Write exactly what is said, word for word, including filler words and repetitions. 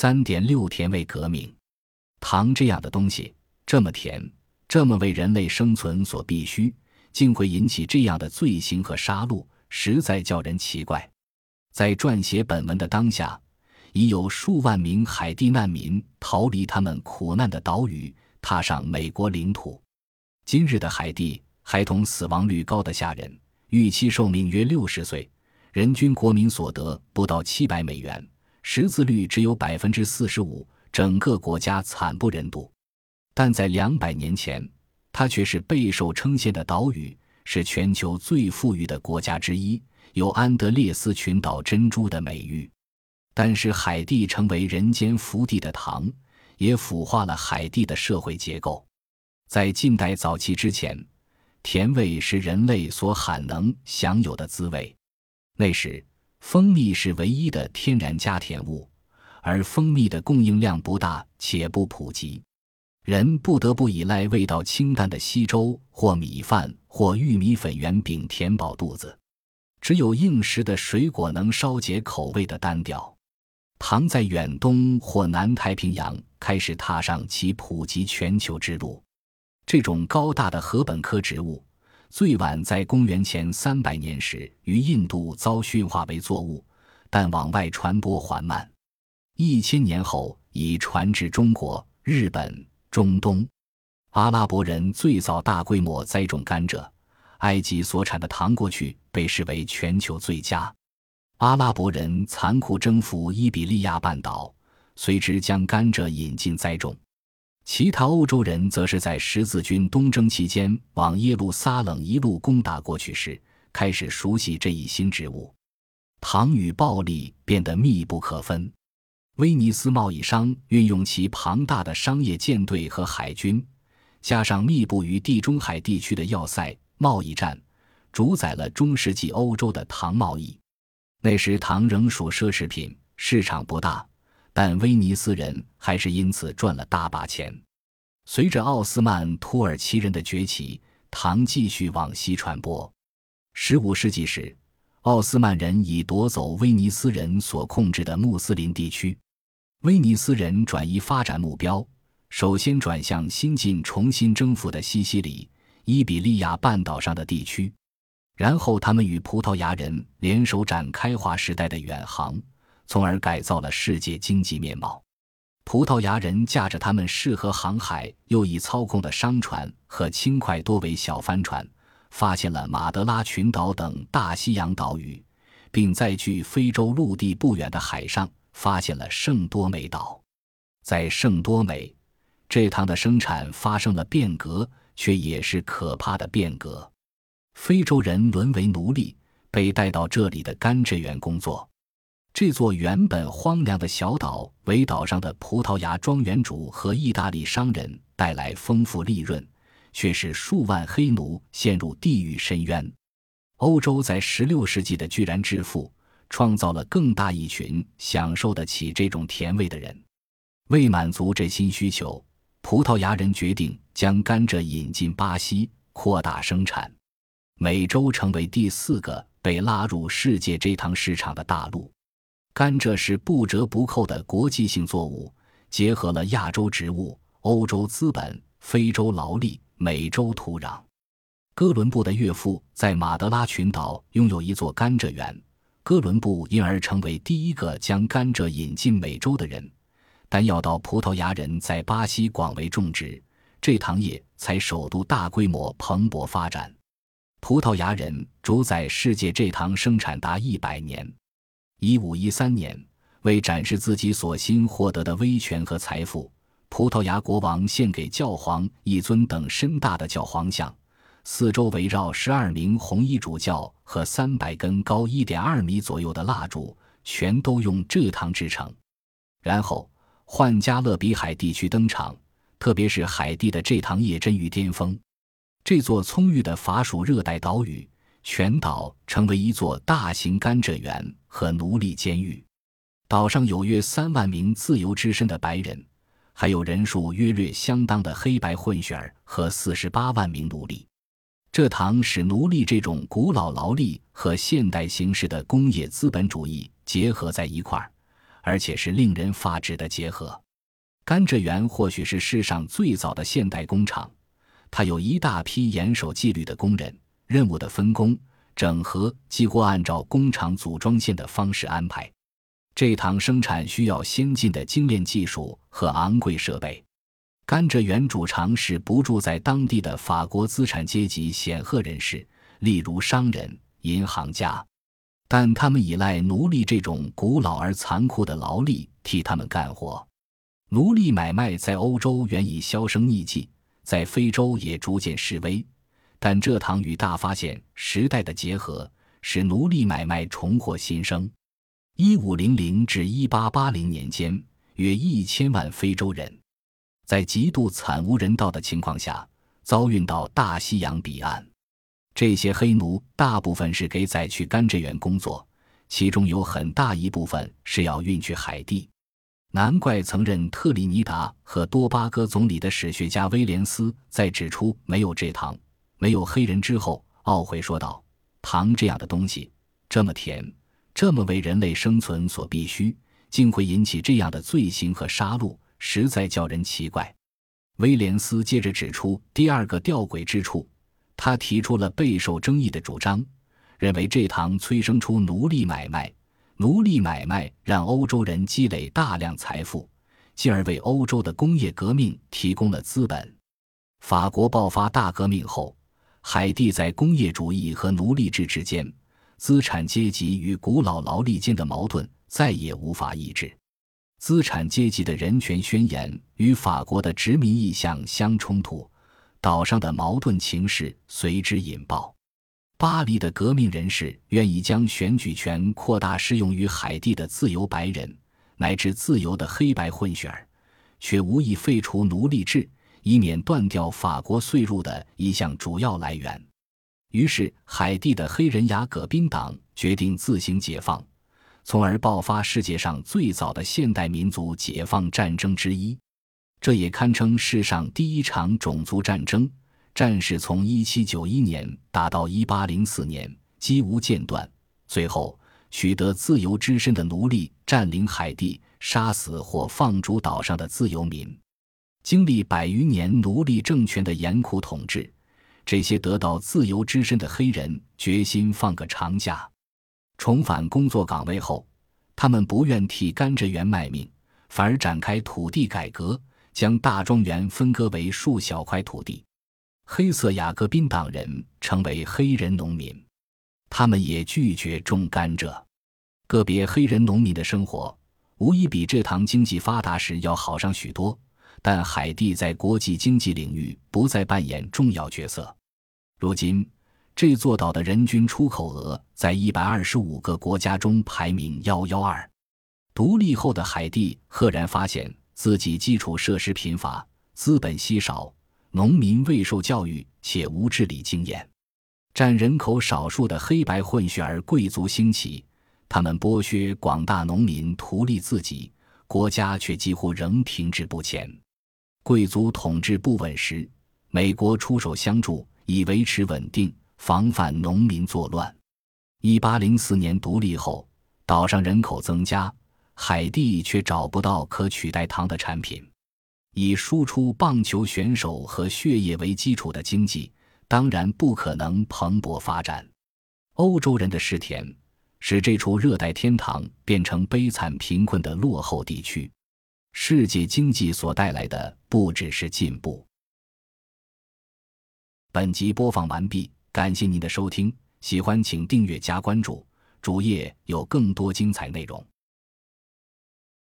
三点六 甜味革命。糖这样的东西，这么甜，这么为人类生存所必须，竟会引起这样的罪行和杀戮，实在叫人奇怪。在撰写本文的当下，已有数万名海地难民逃离他们苦难的岛屿，踏上美国领土。今日的海地，孩童死亡率高得吓人，预期寿命约六十岁，人均国民所得不到七百美元，识字率只有 百分之四十五， 整个国家惨不忍睹。但在两百年前，它却是备受称羡的岛屿，是全球最富裕的国家之一，有安德烈斯群岛珍珠的美誉。但是海地成为人间福地的糖，也腐化了海地的社会结构。在近代早期之前，甜味是人类所罕能享有的滋味。那时，蜂蜜是唯一的天然加甜物，而蜂蜜的供应量不大且不普及，人不得不依赖味道清淡的稀粥或米饭或玉米粉圆饼填饱肚子。只有硬实的水果能稍解口味的单调。糖在远东或南太平洋开始踏上其普及全球之路。这种高大的禾本科植物，最晚在公元前三百年时于印度遭驯化为作物，但往外传播缓慢。一千年后已传至中国、日本、中东。阿拉伯人最早大规模栽种甘蔗，埃及所产的糖过去被视为全球最佳。阿拉伯人残酷征服伊比利亚半岛，随之将甘蔗引进栽种。其他欧洲人则是在十字军东征期间往耶路撒冷一路攻打过去时，开始熟悉这一新植物。糖与暴力变得密不可分。威尼斯贸易商运用其庞大的商业舰队和海军，加上密布于地中海地区的要塞贸易战，主宰了中世纪欧洲的糖贸易。那时糖仍属奢侈品，市场不大，但威尼斯人还是因此赚了大把钱。随着奥斯曼土耳其人的崛起，糖继续往西传播。十五世纪时，奥斯曼人已夺走威尼斯人所控制的穆斯林地区。威尼斯人转移发展目标，首先转向新近重新征服的西西里、伊比利亚半岛上的地区。然后他们与葡萄牙人联手展开划时代的远航，从而改造了世界经济面貌。葡萄牙人驾着他们适合航海又易操控的商船和轻快多桅小帆船，发现了马德拉群岛等大西洋岛屿，并在距非洲陆地不远的海上发现了圣多美岛。在圣多美，这糖的生产发生了变革，却也是可怕的变革。非洲人沦为奴隶，被带到这里的甘蔗园工作。这座原本荒凉的小岛为岛上的葡萄牙庄园主和意大利商人带来丰富利润，却使数万黑奴陷入地狱深渊。欧洲在十六世纪的居然致富，创造了更大一群享受得起这种甜味的人。为满足这新需求，葡萄牙人决定将甘蔗引进巴西，扩大生产。美洲成为第四个被拉入世界蔗糖市场的大陆。甘蔗是不折不扣的国际性作物，结合了亚洲植物、欧洲资本、非洲劳力、美洲土壤。哥伦布的岳父在马德拉群岛拥有一座甘蔗园，哥伦布因而成为第一个将甘蔗引进美洲的人。但要到葡萄牙人在巴西广为种植，蔗糖业才首度大规模蓬勃发展。葡萄牙人主宰世界蔗糖生产达一百年。一五一三年，为展示自己所新获得的威权和财富，葡萄牙国王献给教皇一尊等身大的教皇像，四周围绕十二名红衣主教和三百根高 一点二 米左右的蜡烛，全都用蔗糖制成。然后换加勒比海地区登场，特别是海地的蔗糖业臻于巅峰。这座葱郁的法属热带岛屿，全岛成为一座大型甘蔗园和奴隶监狱。岛上有约三万名自由之身的白人，还有人数约略相当的黑白混血儿和四十八万名奴隶。蔗糖使奴隶这种古老劳力和现代形式的工业资本主义结合在一块儿， 而且是令人发指的结合。甘蔗园或许是世上最早的现代工厂，它有一大批严守纪律的工人，任务的分工、整合几乎按照工厂组装线的方式安排。这趟生产需要先进的精炼技术和昂贵设备。甘蔗园主常是不住在当地的法国资产阶级显赫人士，例如商人、银行家，但他们依赖奴隶这种古老而残酷的劳力替他们干活。奴隶买卖在欧洲原已销声匿迹，在非洲也逐渐式微，但这趟与大发现时代的结合使奴隶买卖重获新生。一五零零至一八八零年间，约一千万非洲人在极度惨无人道的情况下遭运到大西洋彼岸。这些黑奴大部分是给载去甘蔗园工作，其中有很大一部分是要运去海地。难怪曾任特立尼达和多巴哥总理的史学家威廉斯在指出没有蔗糖、没有黑人之后，懊悔说道：糖这样的东西，这么甜，这么为人类生存所必须，竟会引起这样的罪行和杀戮，实在叫人奇怪。威廉斯接着指出第二个吊诡之处，他提出了备受争议的主张，认为蔗糖催生出奴隶买卖，奴隶买卖让欧洲人积累大量财富，进而为欧洲的工业革命提供了资本。法国爆发大革命后，海地在工业主义和奴隶制之间，资产阶级与古老劳力间的矛盾再也无法抑制。资产阶级的人权宣言与法国的殖民意向相冲突，岛上的矛盾情势随之引爆。巴黎的革命人士愿意将选举权扩大适用于海地的自由白人乃至自由的黑白混血儿，却无意废除奴隶制，以免断掉法国税入的一项主要来源。于是海地的黑人雅各宾党决定自行解放，从而爆发世界上最早的现代民族解放战争之一。这也堪称世上第一场种族战争，战事从一七九一年打到一八零四年，几无间断。最后取得自由之身的奴隶占领海地，杀死或放逐岛上的自由民。经历百余年奴隶政权的严酷统治，这些得到自由之身的黑人决心放个长假。重返工作岗位后，他们不愿替甘蔗园卖命，反而展开土地改革，将大庄园分割为数小块土地。黑色雅各宾党人成为黑人农民，他们也拒绝种甘蔗。个别黑人农民的生活无疑比蔗糖经济发达时要好上许多，但海地在国际经济领域不再扮演重要角色。如今这座岛的人均出口额在一百二十五个国家中排名一百一十二。独立后的海地赫然发现自己基础设施贫乏，资本稀少，农民未受教育且无治理经验。占人口少数的黑白混血儿贵族兴起，他们剥削广大农民图利自己，国家却几乎仍停滞不前。贵族统治不稳时，美国出手相助，以维持稳定，防范农民作乱。一八零四年独立后，岛上人口增加，海地却找不到可取代糖的产品。以输出棒球选手和血液为基础的经济当然不可能蓬勃发展。欧洲人的失田使这处热带天堂变成悲惨贫困的落后地区。世界经济所带来的不只是进步。本集播放完毕，感谢您的收听，喜欢请订阅加关注，主页有更多精彩内容。